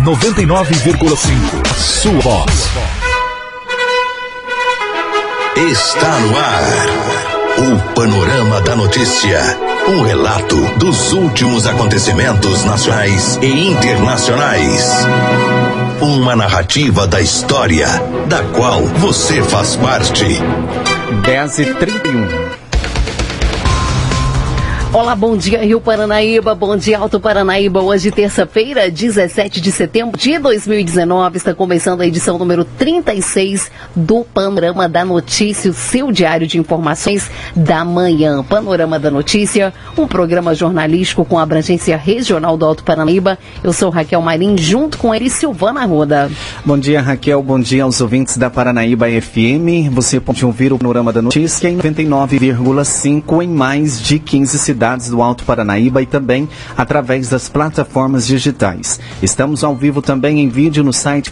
99,5. A sua voz. Está no ar o Panorama da Notícia. Um relato dos últimos acontecimentos nacionais e internacionais. Uma narrativa da história, da qual você faz parte. 10h31. Olá, bom dia Rio Paranaíba, bom dia Alto Paranaíba. Hoje, terça-feira, 17 de setembro de 2019, está começando a edição número 36 do Panorama da Notícia, o seu diário de informações da manhã. Panorama da Notícia, um programa jornalístico com abrangência regional do Alto Paranaíba. Eu sou Raquel Marim, junto com ele, Silvana Arruda. Bom dia, Raquel, bom dia aos ouvintes da Paranaíba FM. Você pode ouvir o Panorama da Notícia em 99,5 em mais de 15 cidades do Alto Paranaíba e também através das plataformas digitais. Estamos ao vivo também em vídeo no site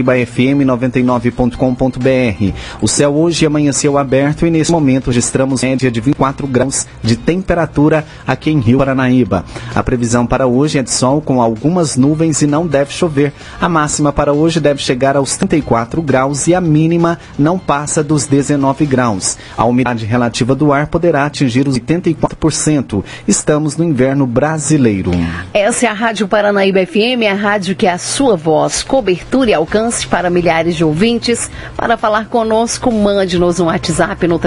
paranaíbafm99.com.br. O céu hoje amanheceu aberto e nesse momento registramos média de 24 graus de temperatura aqui em Rio Paranaíba. A previsão para hoje é de sol com algumas nuvens e não deve chover. A máxima para hoje deve chegar aos 34 graus e a mínima não passa dos 19 graus. A umidade relativa do ar poderá atingir os 84%. Estamos no inverno brasileiro. Essa é a Rádio Paranaíba FM, a rádio que é a sua voz, cobertura e alcance para milhares de ouvintes. Para falar conosco, mande-nos um WhatsApp no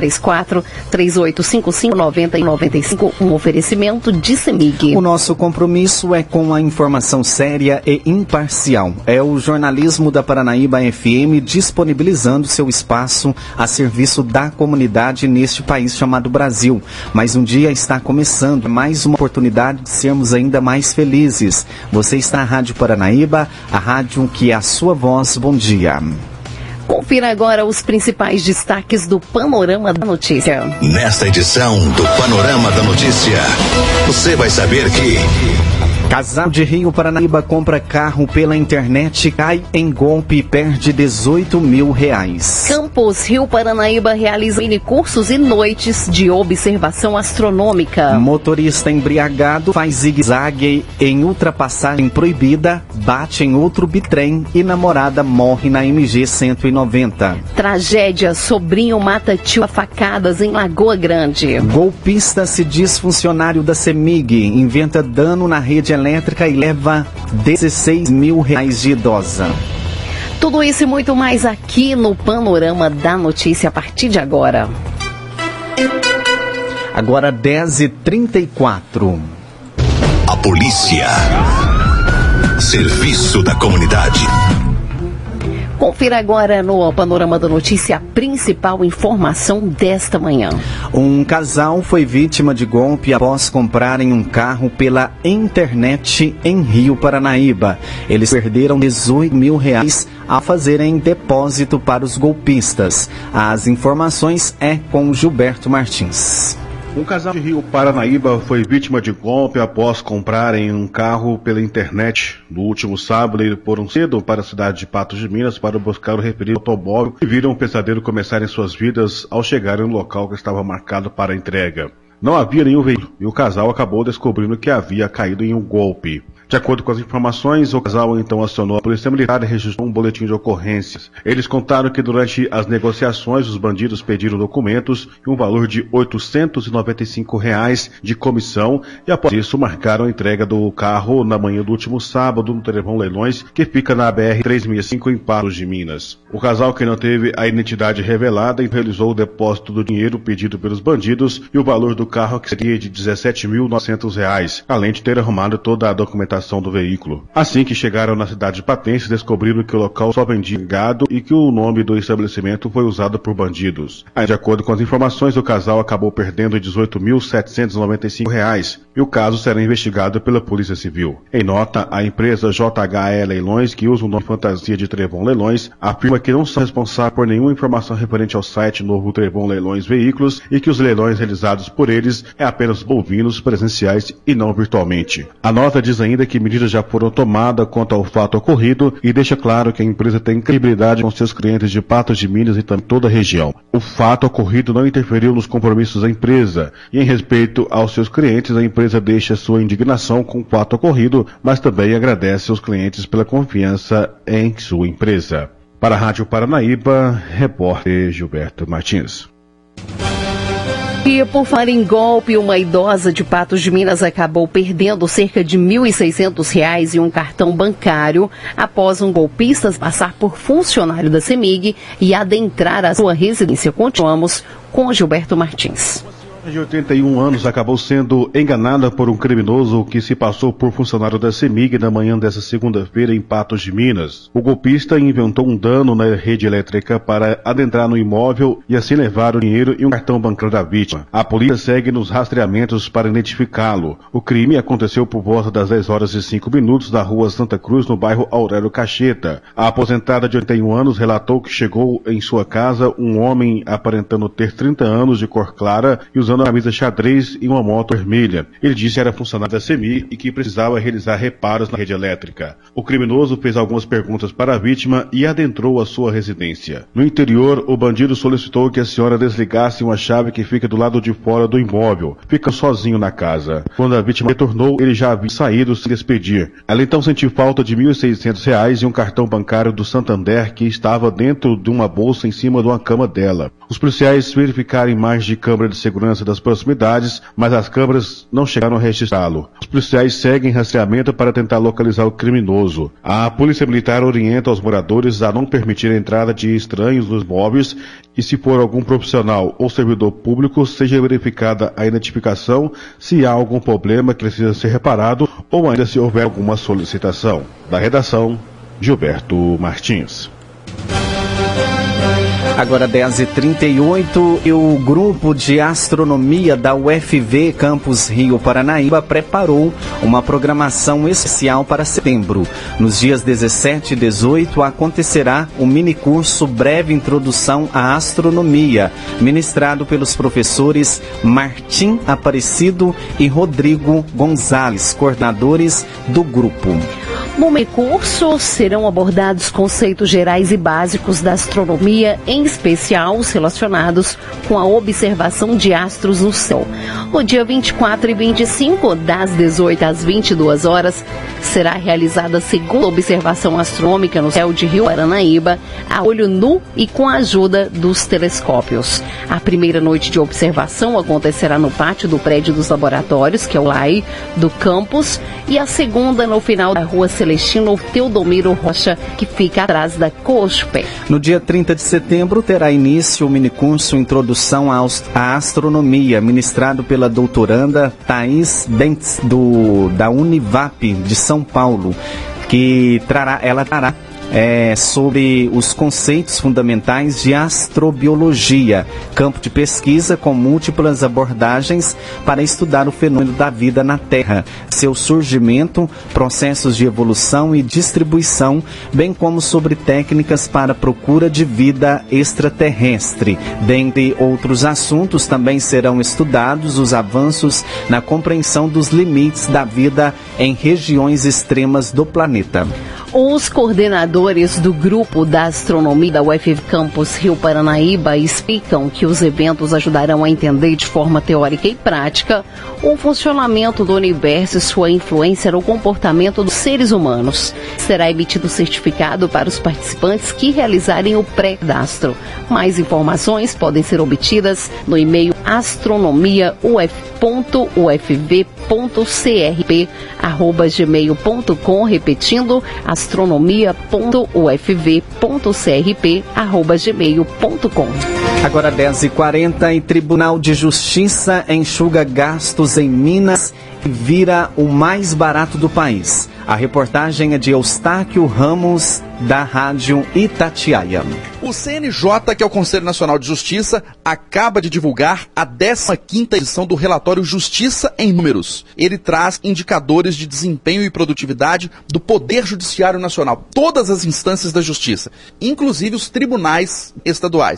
34-3855-9095, um oferecimento de CEMIG. O nosso compromisso é com a informação séria e imparcial. É o jornalismo da Paranaíba FM disponibilizando seu espaço a serviço da comunidade neste país chamado Brasil. Mas um dia está começando mais uma oportunidade de sermos ainda mais felizes. Você está na Rádio Paranaíba, a rádio que é a sua voz. Bom dia. Confira agora os principais destaques do Panorama da Notícia. Nesta edição do Panorama da Notícia, você vai saber que... Casal de Rio Paranaíba compra carro pela internet, cai em golpe e perde R$18 mil. Campus Rio Paranaíba realiza minicursos e noites de observação astronômica. Motorista embriagado faz zigue-zague em ultrapassagem proibida, bate em outro bitrem e namorada morre na MG 190. Tragédia, sobrinho mata tio a facadas em Lagoa Grande. Golpista se diz funcionário da CEMIG, inventa dano na rede elétrica e leva R$16 mil de idosa. Tudo isso e muito mais aqui no Panorama da Notícia a partir de agora. Agora 10h34. A polícia. Serviço da comunidade. Confira agora no Panorama da Notícia a principal informação desta manhã. Um casal foi vítima de golpe após comprarem um carro pela internet em Rio Paranaíba. Eles perderam R$18 mil ao fazerem depósito para os golpistas. As informações é com Gilberto Martins. Um casal de Rio Paranaíba foi vítima de golpe após comprarem um carro pela internet. No último sábado, eles foram cedo para a cidade de Patos de Minas para buscar o referido automóvel e viram um pesadelo começar em suas vidas ao chegarem no local que estava marcado para a entrega. Não havia nenhum veículo e o casal acabou descobrindo que havia caído em um golpe. De acordo com as informações, o casal então acionou a Polícia Militar e registrou um boletim de ocorrências. Eles contaram que durante as negociações os bandidos pediram documentos e um valor de R$895 de comissão e após isso marcaram a entrega do carro na manhã do último sábado no Trevão Leilões, que fica na BR-365 em Patos de Minas. O casal, que não teve a identidade revelada, realizou o depósito do dinheiro pedido pelos bandidos e o valor do carro, que seria de R$17.900, além de ter arrumado toda a documentação do veículo. Assim que chegaram na cidade de Patense, descobriram que o local só vendia gado e que o nome do estabelecimento foi usado por bandidos. Aí, de acordo com as informações, o casal acabou perdendo R$18.795 e o caso será investigado pela Polícia Civil. Em nota, a empresa JHE Leilões, que usa o nome fantasia de Trevão Leilões, afirma que não são responsáveis por nenhuma informação referente ao site Novo Trevão Leilões Veículos e que os leilões realizados por eles é apenas bovinos presenciais e não virtualmente. A nota diz ainda ainda que medidas já foram tomadas quanto ao fato ocorrido e deixa claro que a empresa tem credibilidade com seus clientes de Patos de Minas e também toda a região. O fato ocorrido não interferiu nos compromissos da empresa e, em respeito aos seus clientes, a empresa deixa sua indignação com o fato ocorrido, mas também agradece aos clientes pela confiança em sua empresa. Para a Rádio Paranaíba, repórter Gilberto Martins. E por falar em golpe, uma idosa de Patos de Minas acabou perdendo cerca de R$ 1.600 e um cartão bancário após um golpista passar por funcionário da CEMIG e adentrar a sua residência. Continuamos com Gilberto Martins. De 81 anos acabou sendo enganada por um criminoso que se passou por funcionário da CEMIG na manhã dessa segunda-feira em Patos de Minas. O golpista inventou um dano na rede elétrica para adentrar no imóvel e assim levar o dinheiro e um cartão bancário da vítima. A polícia segue nos rastreamentos para identificá-lo. O crime aconteceu por volta das 10h05 na rua Santa Cruz, no bairro Aurélio Cacheta. A aposentada de 81 anos relatou que chegou em sua casa um homem aparentando ter 30 anos, de cor clara e usando uma camisa xadrez e uma moto vermelha. Ele disse que era funcionário da CEMIG e que precisava realizar reparos na rede elétrica. O criminoso fez algumas perguntas para a vítima e adentrou a sua residência. No interior, o bandido solicitou que a senhora desligasse uma chave que fica do lado de fora do imóvel, ficando sozinho na casa. Quando a vítima retornou, ele já havia saído sem despedir. Ela então sentiu falta de R$ 1.600 e um cartão bancário do Santander que estava dentro de uma bolsa em cima de uma cama dela. Os policiais verificaram imagens de câmera de segurança das proximidades, mas as câmeras não chegaram a registrá-lo. Os policiais seguem rastreamento para tentar localizar o criminoso. A Polícia Militar orienta os moradores a não permitir a entrada de estranhos nos imóveis e, se for algum profissional ou servidor público, seja verificada a identificação se há algum problema que precisa ser reparado ou ainda se houver alguma solicitação. Da redação, Gilberto Martins. Agora 10h38 e o grupo de astronomia da UFV Campus Rio Paranaíba preparou uma programação especial para setembro. Nos dias 17 e 18 acontecerá o minicurso Breve Introdução à Astronomia, ministrado pelos professores Martim Aparecido e Rodrigo Gonzalez, coordenadores do grupo. No minicurso serão abordados conceitos gerais e básicos da astronomia, em especial os relacionados com a observação de astros no céu. No dia 24 e 25, das 18 às 22 horas, será realizada a segunda observação astronômica no céu de Rio Paranaíba, a olho nu e com a ajuda dos telescópios. A primeira noite de observação acontecerá no pátio do prédio dos laboratórios, que é o LAI do campus, e a segunda no final da rua Celestino Teodomiro Rocha, que fica atrás da COSPE. No dia 30 de setembro terá início o minicurso Introdução à Astronomia, ministrado pela doutoranda Thaís Bentes, da Univap de São Paulo, que trará sobre os conceitos fundamentais de astrobiologia, campo de pesquisa com múltiplas abordagens para estudar o fenômeno da vida na Terra, seu surgimento, processos de evolução e distribuição, bem como sobre técnicas para a procura de vida extraterrestre. Dentre outros assuntos, também serão estudados os avanços na compreensão dos limites da vida em regiões extremas do planeta. Os coordenadores do Grupo da Astronomia da UFV Campus Rio Paranaíba explicam que os eventos ajudarão a entender de forma teórica e prática o funcionamento do universo e sua influência no comportamento dos seres humanos. Será emitido certificado para os participantes que realizarem o pré-cadastro. Mais informações podem ser obtidas no e-mail astronomia.ufv.crp@gmail.com, repetindo astronomia.ufv.crp@gmail.com. Agora 10h40 e Tribunal de Justiça enxuga gastos em Minas e vira o mais barato do país. A reportagem é de Eustáquio Ramos, da Rádio Itatiaia. O CNJ, que é o Conselho Nacional de Justiça, acaba de divulgar a 15ª edição do relatório Justiça em Números. Ele traz indicadores de desempenho e produtividade do Poder Judiciário Nacional, todas as instâncias da Justiça, inclusive os tribunais estaduais.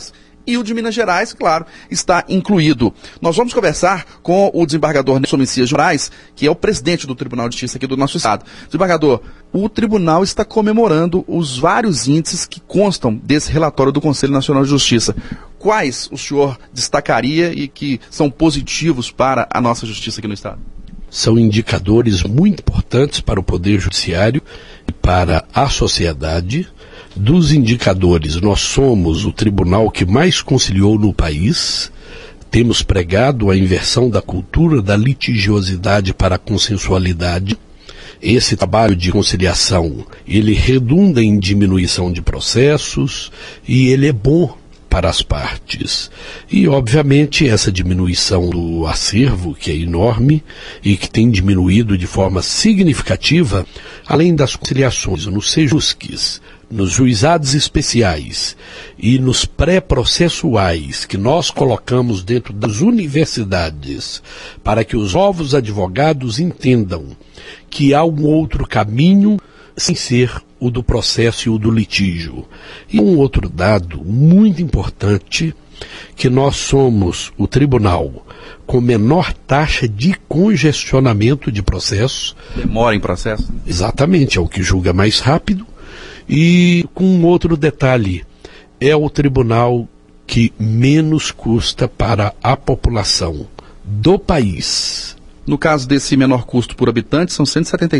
e o de Minas Gerais, claro, está incluído. Nós vamos conversar com o desembargador Nelson Messias de Moraes, que é o presidente do Tribunal de Justiça aqui do nosso estado. Desembargador, o tribunal está comemorando os vários índices que constam desse relatório do Conselho Nacional de Justiça. Quais o senhor destacaria e que são positivos para a nossa justiça aqui no estado? São indicadores muito importantes para o Poder Judiciário e para a sociedade. Dos indicadores, nós somos o tribunal que mais conciliou no país. Temos pregado a inversão da cultura da litigiosidade para a consensualidade. Esse trabalho de conciliação, ele redunda em diminuição de processos e ele é bom para as partes. E, obviamente, essa diminuição do acervo, que é enorme e que tem diminuído de forma significativa, além das conciliações nos sejusques, nos juizados especiais e nos pré-processuais que nós colocamos dentro das universidades para que os novos advogados entendam que há um outro caminho sem ser o do processo e o do litígio. E um outro dado muito importante, que nós somos o tribunal com menor taxa de congestionamento de processos. Demora em processo? Exatamente, é o que julga mais rápido. E com um outro detalhe, é o tribunal que menos custa para a população do país. No caso desse menor custo por habitante, são R$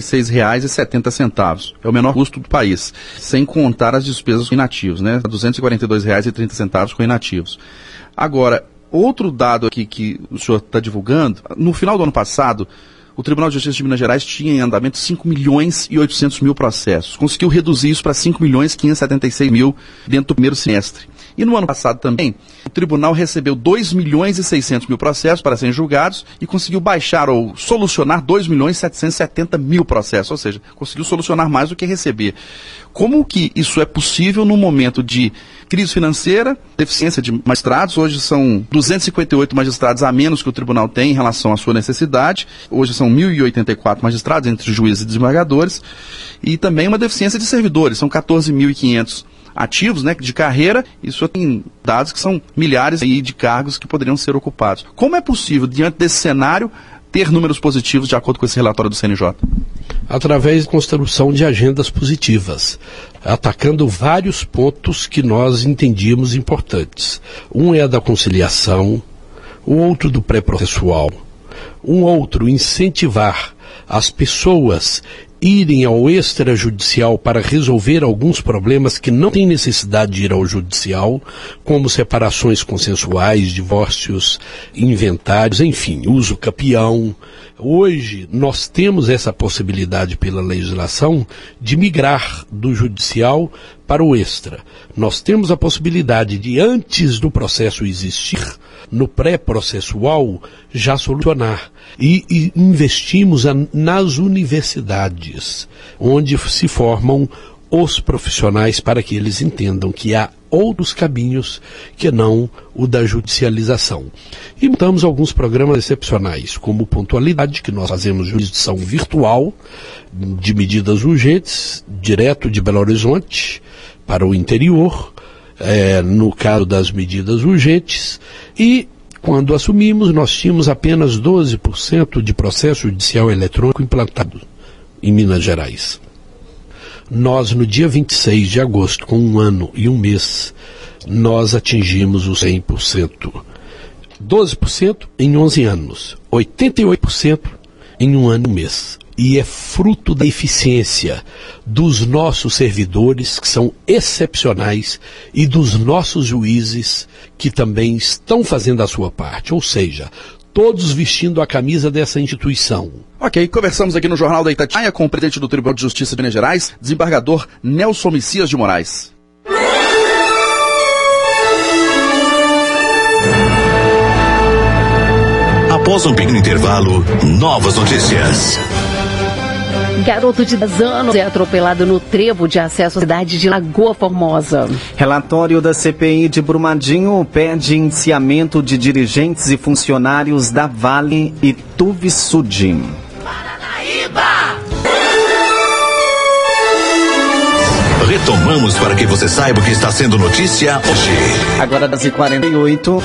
176,70. É o menor custo do país, sem contar as despesas com inativos, né? R$ 242,30 com inativos. Agora, outro dado aqui que o senhor está divulgando, no final do ano passado, o Tribunal de Justiça de Minas Gerais tinha em andamento 5.800.000 processos. Conseguiu reduzir isso para 5.576.000 dentro do primeiro semestre. E no ano passado também, o tribunal recebeu 2.600.000 processos para serem julgados e conseguiu baixar ou solucionar 2.770.000 processos, ou seja, conseguiu solucionar mais do que receber. Como que isso é possível no momento de crise financeira, deficiência de magistrados? Hoje são 258 magistrados a menos que o tribunal tem em relação à sua necessidade. Hoje são 1.084 magistrados, entre juízes e desembargadores. E também uma deficiência de servidores, são 14.500 ativos, né, de carreira. Isso tem dados que são milhares aí de cargos que poderiam ser ocupados. Como é possível, diante desse cenário, ter números positivos de acordo com esse relatório do CNJ? Através da construção de agendas positivas, atacando vários pontos que nós entendíamos importantes. Um é a da conciliação, o outro do pré-processual, um outro incentivar as pessoas irem ao extrajudicial para resolver alguns problemas que não têm necessidade de ir ao judicial, como separações consensuais, divórcios, inventários, enfim, uso capião. Hoje nós temos essa possibilidade pela legislação de migrar do judicial para o extra. Nós temos a possibilidade de, antes do processo existir, no pré-processual, já solucionar. E investimos nas universidades, onde se formam os profissionais para que eles entendam que há outros caminhos que não o da judicialização. E montamos alguns programas excepcionais, como pontualidade, que nós fazemos jurisdição virtual de medidas urgentes, direto de Belo Horizonte para o interior, no caso das medidas urgentes, e quando assumimos, nós tínhamos apenas 12% de processo judicial eletrônico implantado em Minas Gerais. Nós, no dia 26 de agosto, com 1 ano e 1 mês, nós atingimos os 100%. 12% em 11 anos, 88% em 1 ano e 1 mês. E é fruto da eficiência dos nossos servidores, que são excepcionais, e dos nossos juízes, que também estão fazendo a sua parte. Ou seja, todos vestindo a camisa dessa instituição. Ok, conversamos aqui no Jornal da Itatiaia com o presidente do Tribunal de Justiça de Minas Gerais, desembargador Nelson Messias de Moraes. Após um pequeno intervalo, novas notícias. Garoto de 10 anos é atropelado no trevo de acesso à cidade de Lagoa Formosa. Relatório da CPI de Brumadinho pede indiciamento de dirigentes e funcionários da Vale e Tuvisud. Retomamos para que você saiba o que está sendo notícia hoje. Agora das 48.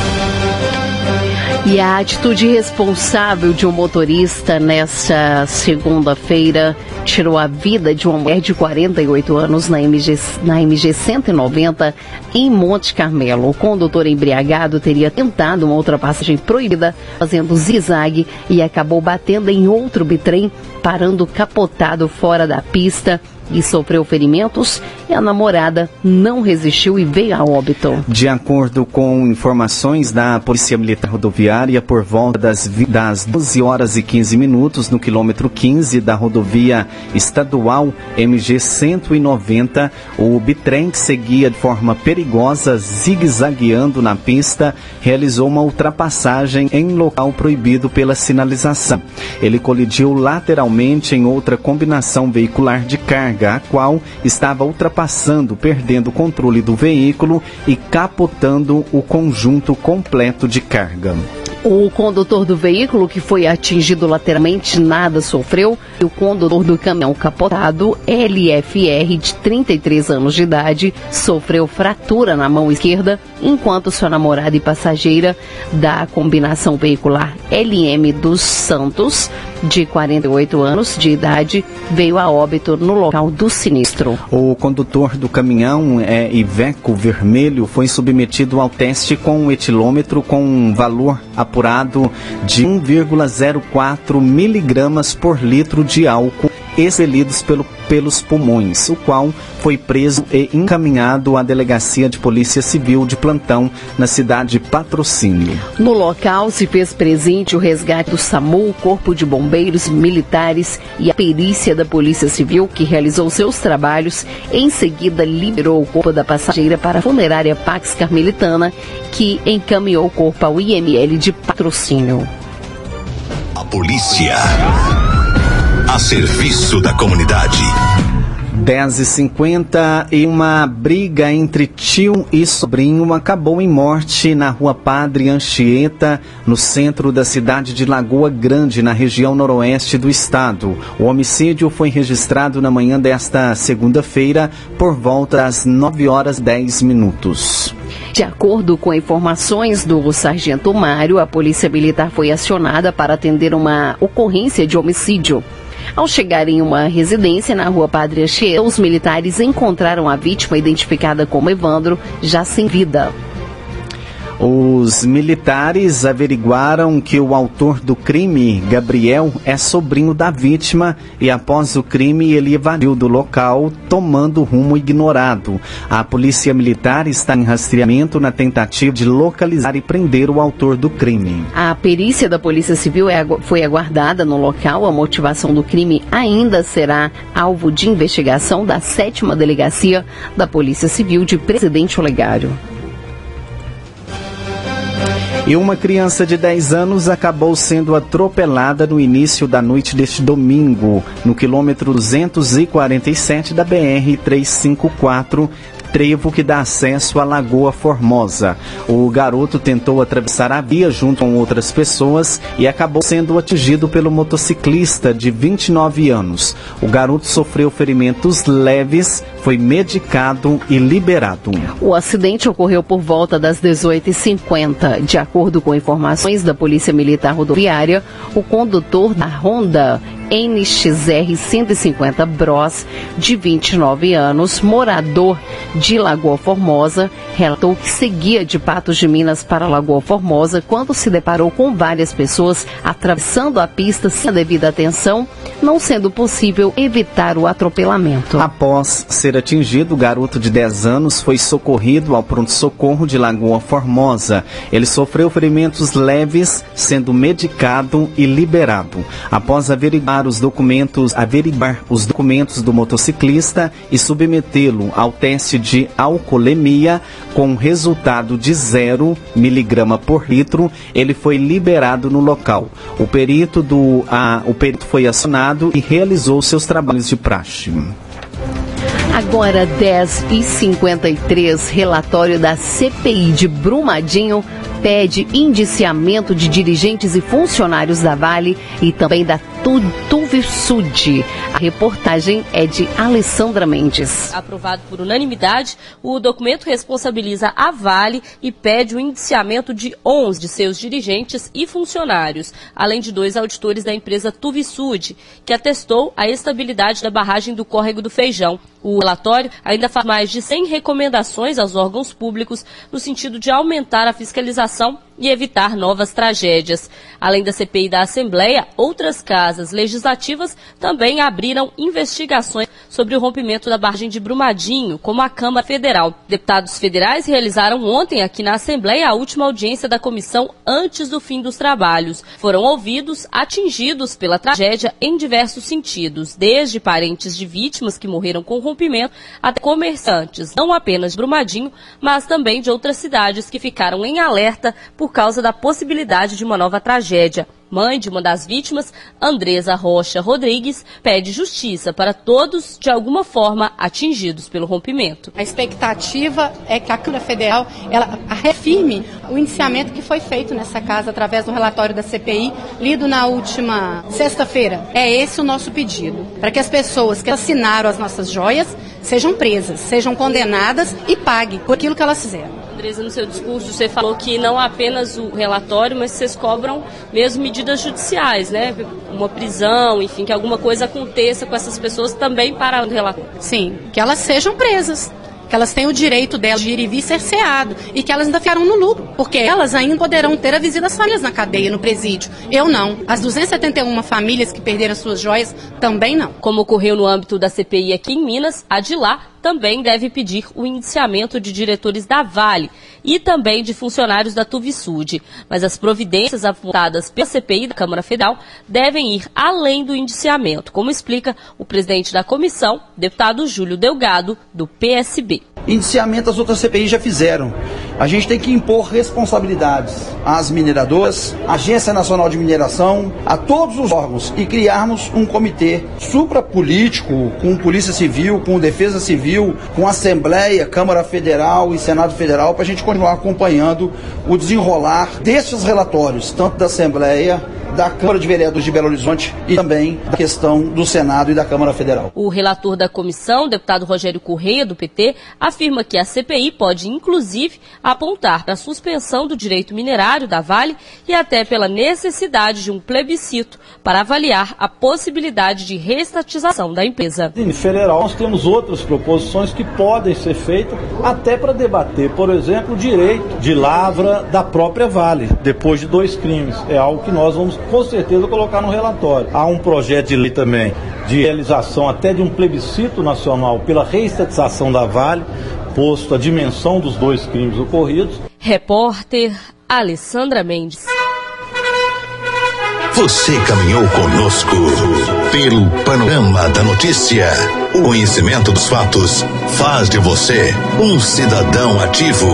E a atitude irresponsável de um motorista nesta segunda-feira tirou a vida de uma mulher de 48 anos na MG 190 em Monte Carmelo. O condutor embriagado teria tentado uma ultrapassagem proibida, fazendo zigue-zague, e acabou batendo em outro bitrem, parando capotado fora da pista, e sofreu ferimentos, e a namorada não resistiu e veio a óbito. De acordo com informações da Polícia Militar Rodoviária, por volta das 12 horas e 15 minutos, no quilômetro 15 da rodovia estadual MG 190, o bitrem, que seguia de forma perigosa, zigue-zagueando na pista, realizou uma ultrapassagem em local proibido pela sinalização. Ele colidiu lateralmente em outra combinação veicular de carga, a qual estava ultrapassando, perdendo o controle do veículo e capotando o conjunto completo de carga. O condutor do veículo, que foi atingido lateralmente, nada sofreu. E o condutor do caminhão capotado, LFR, de 33 anos de idade, sofreu fratura na mão esquerda, enquanto sua namorada e passageira da combinação veicular LM dos Santos, de 48 anos de idade, veio a óbito no local do sinistro. O condutor do caminhão Iveco Vermelho foi submetido ao teste com um etilômetro com um valor apurado de 1,04 miligramas por litro de álcool expelidos pelos pulmões, o qual foi preso e encaminhado à Delegacia de Polícia Civil de plantão na cidade de Patrocínio. No local se fez presente o resgate do SAMU, Corpo de Bombeiros Militares e a perícia da Polícia Civil, que realizou seus trabalhos. Em seguida, liberou o corpo da passageira para a funerária Pax Carmelitana, que encaminhou o corpo ao IML de Patrocínio. A polícia a serviço da comunidade. 10h50, e uma briga entre tio e sobrinho acabou em morte na rua Padre Anchieta, no centro da cidade de Lagoa Grande, na região noroeste do estado. O homicídio foi registrado na manhã desta segunda-feira, por volta das 9h10. De acordo com informações do sargento Mário, a Polícia Militar foi acionada para atender uma ocorrência de homicídio. Ao chegar em uma residência na rua Padre Anchieta, os militares encontraram a vítima, identificada como Evandro, já sem vida. Os militares averiguaram que o autor do crime, Gabriel, é sobrinho da vítima, e após o crime ele evadiu do local, tomando rumo ignorado. A polícia militar está em rastreamento na tentativa de localizar e prender o autor do crime. A perícia da Polícia Civil foi aguardada no local. A motivação do crime ainda será alvo de investigação da 7ª Delegacia da Polícia Civil de Presidente Olegário. E uma criança de 10 anos acabou sendo atropelada no início da noite deste domingo, no quilômetro 247 da BR-354, trevo que dá acesso à Lagoa Formosa. O garoto tentou atravessar a via junto com outras pessoas e acabou sendo atingido pelo motociclista de 29 anos. O garoto sofreu ferimentos leves, foi medicado e liberado. O acidente ocorreu por volta das 18h50. De acordo com informações da Polícia Militar Rodoviária, o condutor da Honda NXR 150 Bros, de 29 anos, morador de Lagoa Formosa, relatou que seguia de Patos de Minas para Lagoa Formosa quando se deparou com várias pessoas atravessando a pista sem a devida atenção, não sendo possível evitar o atropelamento. Após ser atingido, o garoto de 10 anos foi socorrido ao pronto-socorro de Lagoa Formosa. Ele sofreu ferimentos leves, sendo medicado e liberado. Após averiguar os documentos do motociclista e submetê-lo ao teste de alcoolemia com resultado de 0 miligrama por litro, ele foi liberado no local. O perito foi acionado e realizou seus trabalhos de praxe. Agora 10h53, relatório da CPI de Brumadinho pede indiciamento de dirigentes e funcionários da Vale e também da Tuvisud. A reportagem é de Alessandra Mendes. Aprovado por unanimidade, o documento responsabiliza a Vale e pede o indiciamento de 11 de seus dirigentes e funcionários, além de 2 auditores da empresa Tuvisud, que atestou a estabilidade da barragem do Córrego do Feijão. O relatório ainda faz mais de 100 recomendações aos órgãos públicos no sentido de aumentar a fiscalização e evitar novas tragédias. Além da CPI da Assembleia, outras casas legislativas também abriram investigações sobre o rompimento da barragem de Brumadinho, como a Câmara Federal. Deputados federais realizaram ontem aqui na Assembleia a última audiência da comissão antes do fim dos trabalhos. Foram ouvidos atingidos pela tragédia em diversos sentidos, desde parentes de vítimas que morreram com o rompimento até comerciantes, não apenas de Brumadinho, mas também de outras cidades que ficaram em alerta por causa da possibilidade de uma nova tragédia. Mãe de uma das vítimas, Andresa Rocha Rodrigues, pede justiça para todos, de alguma forma, atingidos pelo rompimento. A expectativa é que a Câmara Federal ela reafirme o indiciamento que foi feito nessa casa através do relatório da CPI, lido na última sexta-feira. É esse o nosso pedido, para que as pessoas que assinaram as nossas joias sejam presas, sejam condenadas e paguem por aquilo que elas fizeram. Andresa, no seu discurso você falou que não apenas o relatório, mas vocês cobram mesmo medidas judiciais, né? Uma prisão, enfim, que alguma coisa aconteça com essas pessoas também para o relatório. Sim, que elas sejam presas, que elas tenham o direito delas de ir e vir cerceado e que elas ainda ficaram no lucro, porque elas ainda poderão ter a visita das famílias na cadeia, no presídio. Eu não. As 271 famílias que perderam suas joias também não. Como ocorreu no âmbito da CPI aqui em Minas, a de lá também deve pedir o indiciamento de diretores da Vale e também de funcionários da Tuvisud. Mas as providências apontadas pela CPI da Câmara Federal devem ir além do indiciamento, como explica o presidente da comissão, deputado Júlio Delgado, do PSB. Indiciamento as outras CPI já fizeram. A gente tem que impor responsabilidades às mineradoras, à Agência Nacional de Mineração, a todos os órgãos e criarmos um comitê suprapolítico com Polícia Civil, com Defesa Civil, com Assembleia, Câmara Federal e Senado Federal para a gente continuar acompanhando o desenrolar desses relatórios, tanto da Assembleia, da Câmara de Vereadores de Belo Horizonte e também da questão do Senado e da Câmara Federal. O relator da comissão, deputado Rogério Correia, do PT, afirma que a CPI pode, inclusive, apontar para a suspensão do direito minerário da Vale e até pela necessidade de um plebiscito para avaliar a possibilidade de reestatização da empresa. Em federal, nós temos outras proposições que podem ser feitas até para debater, por exemplo, o direito de lavra da própria Vale, depois de 2 crimes. É algo que nós vamos com certeza colocar no relatório. Há um projeto de lei também de realização até de um plebiscito nacional pela reestatização da Vale, posto a dimensão dos 2 crimes ocorridos. Repórter Alessandra Mendes. Você caminhou conosco pelo panorama da notícia. O conhecimento dos fatos faz de você um cidadão ativo.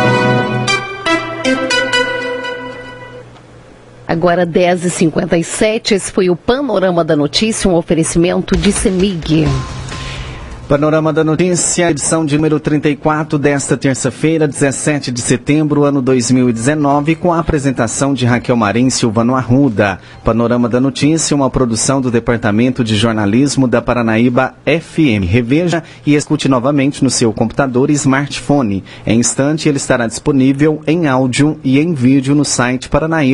Agora 10h57, esse foi o Panorama da Notícia, um oferecimento de CEMIG. Panorama da Notícia, edição de número 34 desta terça-feira, 17 de setembro, ano 2019, com a apresentação de Raquel Marim Silvano Arruda. Panorama da Notícia, uma produção do Departamento de Jornalismo da Paranaíba FM. Reveja e escute novamente no seu computador e smartphone. Em instante, ele estará disponível em áudio e em vídeo no site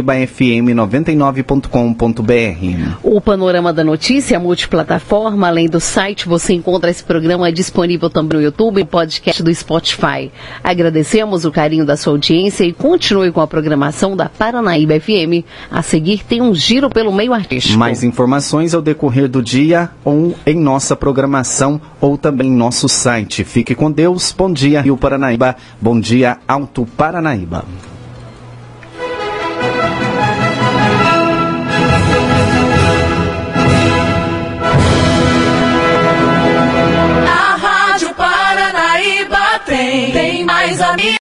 paranaíbafm99.com.br. O Panorama da Notícia, multiplataforma, além do site, você encontra esse programa disponível também no YouTube e podcast do Spotify. Agradecemos o carinho da sua audiência e continue com a programação da Paranaíba FM. A seguir tem um giro pelo meio artístico. Mais informações ao decorrer do dia ou em nossa programação ou também em nosso site. Fique com Deus. Bom dia, Rio Paranaíba. Bom dia, Alto Paranaíba. Tem mais amigos.